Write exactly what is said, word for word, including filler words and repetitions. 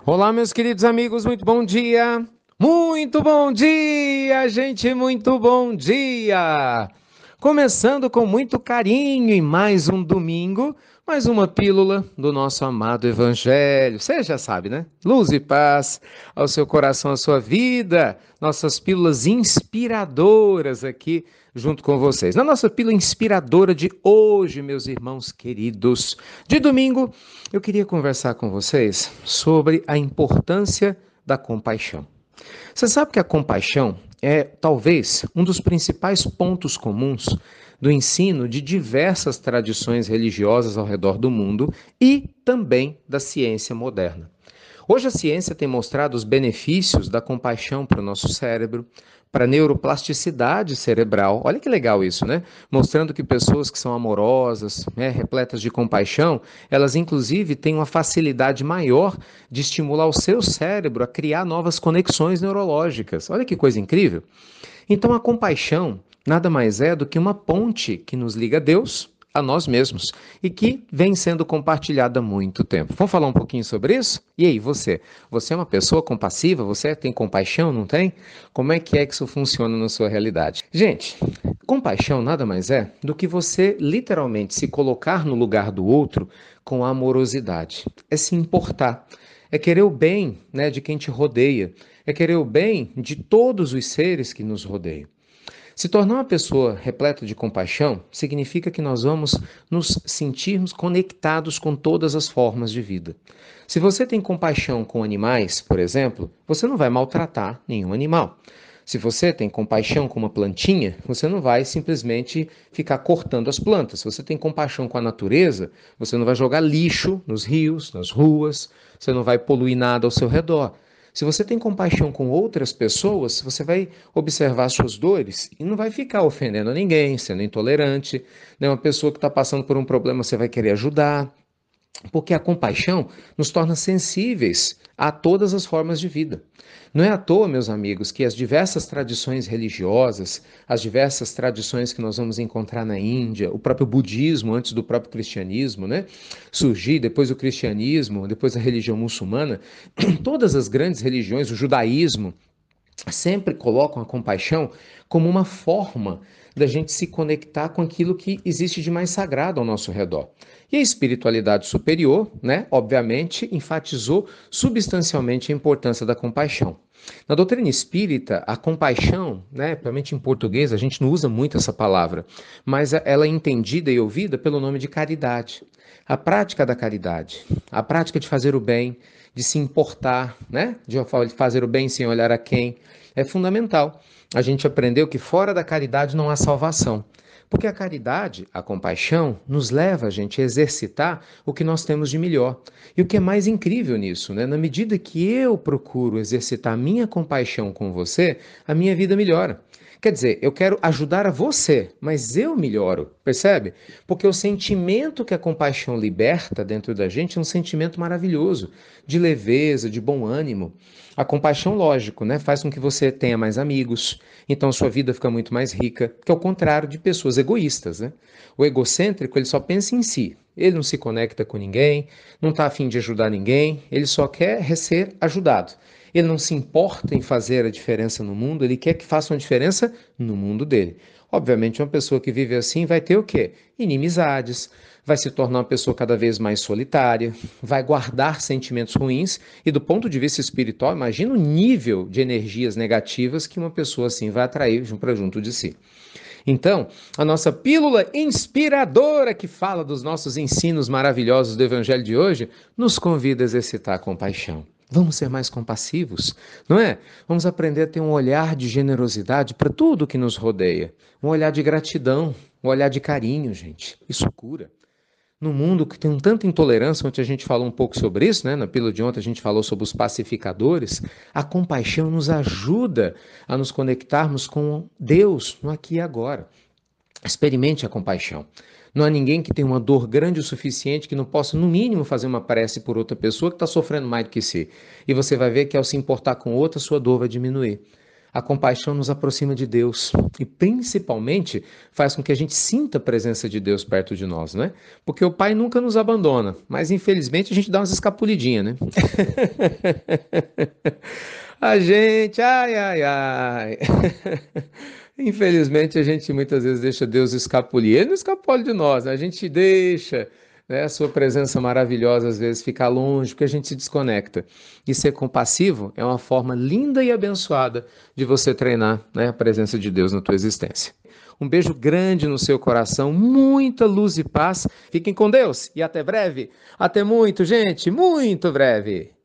Olá, meus queridos amigos, muito bom dia! Muito bom dia, gente, muito bom dia! Começando com muito carinho em mais um domingo, mais uma pílula do nosso amado Evangelho. Você já sabe, né? Luz e paz ao seu coração, à sua vida. Nossas pílulas inspiradoras aqui junto com vocês. Na nossa pílula inspiradora de hoje, meus irmãos queridos, de domingo, eu queria conversar com vocês sobre a importância da compaixão. Você sabe que a compaixão é talvez um dos principais pontos comuns do ensino de diversas tradições religiosas ao redor do mundo e também da ciência moderna. Hoje a ciência tem mostrado os benefícios da compaixão para o nosso cérebro, para a neuroplasticidade cerebral. Olha que legal isso, né? Mostrando que pessoas que são amorosas, né, repletas de compaixão, elas inclusive têm uma facilidade maior de estimular o seu cérebro a criar novas conexões neurológicas. Olha que coisa incrível. Então a compaixão nada mais é do que uma ponte que nos liga a Deus, a nós mesmos, e que vem sendo compartilhada há muito tempo. Vamos falar um pouquinho sobre isso? E aí, você? Você é uma pessoa compassiva? Você tem compaixão, não tem? Como é que é que isso funciona na sua realidade? Gente, compaixão nada mais é do que você literalmente se colocar no lugar do outro com amorosidade. É se importar. É querer o bem, né, de quem te rodeia. É querer o bem de todos os seres que nos rodeiam. Se tornar uma pessoa repleta de compaixão significa que nós vamos nos sentirmos conectados com todas as formas de vida. Se você tem compaixão com animais, por exemplo, você não vai maltratar nenhum animal. Se você tem compaixão com uma plantinha, você não vai simplesmente ficar cortando as plantas. Se você tem compaixão com a natureza, você não vai jogar lixo nos rios, nas ruas, você não vai poluir nada ao seu redor. Se você tem compaixão com outras pessoas, você vai observar suas dores e não vai ficar ofendendo ninguém, sendo intolerante. Né? Uma pessoa que está passando por um problema, você vai querer ajudar. Porque a compaixão nos torna sensíveis a todas as formas de vida. Não é à toa, meus amigos, que as diversas tradições religiosas, as diversas tradições que nós vamos encontrar na Índia, o próprio budismo antes do próprio cristianismo, né? Surgir, depois o cristianismo, depois a religião muçulmana, todas as grandes religiões, o judaísmo, sempre colocam a compaixão como uma forma da gente se conectar com aquilo que existe de mais sagrado ao nosso redor. E a espiritualidade superior, né, obviamente, enfatizou substancialmente a importância da compaixão. Na doutrina espírita, a compaixão, né, principalmente em português, a gente não usa muito essa palavra, mas ela é entendida e ouvida pelo nome de caridade. A prática da caridade, a prática de fazer o bem, de se importar, né, de fazer o bem sem olhar a quem, é fundamental. A gente aprendeu que fora da caridade não há salvação. Porque a caridade, a compaixão, nos leva a gente a exercitar o que nós temos de melhor. E o que é mais incrível nisso, né? Na medida que eu procuro exercitar a minha compaixão com você, a minha vida melhora. Quer dizer, eu quero ajudar a você, mas eu melhoro, percebe? Porque o sentimento que a compaixão liberta dentro da gente é um sentimento maravilhoso, de leveza, de bom ânimo. A compaixão, lógico, né, faz com que você tenha mais amigos, então sua vida fica muito mais rica, que é o contrário de pessoas egoístas, né? O egocêntrico, ele só pensa em si, ele não se conecta com ninguém, não está a fim de ajudar ninguém, ele só quer ser ajudado. Ele não se importa em fazer a diferença no mundo, ele quer que faça uma diferença no mundo dele. Obviamente, uma pessoa que vive assim vai ter o quê? Inimizades, vai se tornar uma pessoa cada vez mais solitária, vai guardar sentimentos ruins e, do ponto de vista espiritual, imagina o nível de energias negativas que uma pessoa assim vai atrair para junto de si. Então, a nossa pílula inspiradora que fala dos nossos ensinos maravilhosos do Evangelho de hoje nos convida a exercitar a compaixão. Vamos ser mais compassivos, não é? Vamos aprender a ter um olhar de generosidade para tudo que nos rodeia. Um olhar de gratidão, um olhar de carinho, gente. Isso cura. No mundo que tem tanta intolerância, ontem a gente falou um pouco sobre isso, né? Na pílula de ontem a gente falou sobre os pacificadores. A compaixão nos ajuda a nos conectarmos com Deus no aqui e agora. Experimente a compaixão. Não há ninguém que tenha uma dor grande o suficiente que não possa, no mínimo, fazer uma prece por outra pessoa que está sofrendo mais do que si. E você vai ver que ao se importar com outra, sua dor vai diminuir. A compaixão nos aproxima de Deus e, principalmente, faz com que a gente sinta a presença de Deus perto de nós, né? Porque o Pai nunca nos abandona, mas infelizmente a gente dá umas escapulidinhas, né? A gente, ai, ai, ai. Infelizmente a gente muitas vezes deixa Deus escapulir. Ele não escapole de nós, né? A gente deixa, né, a sua presença maravilhosa às vezes ficar longe, porque a gente se desconecta. E ser compassivo é uma forma linda e abençoada de você treinar, né, a presença de Deus na tua existência. Um beijo grande no seu coração, muita luz e paz. Fiquem com Deus e até breve. Até muito, gente, muito breve.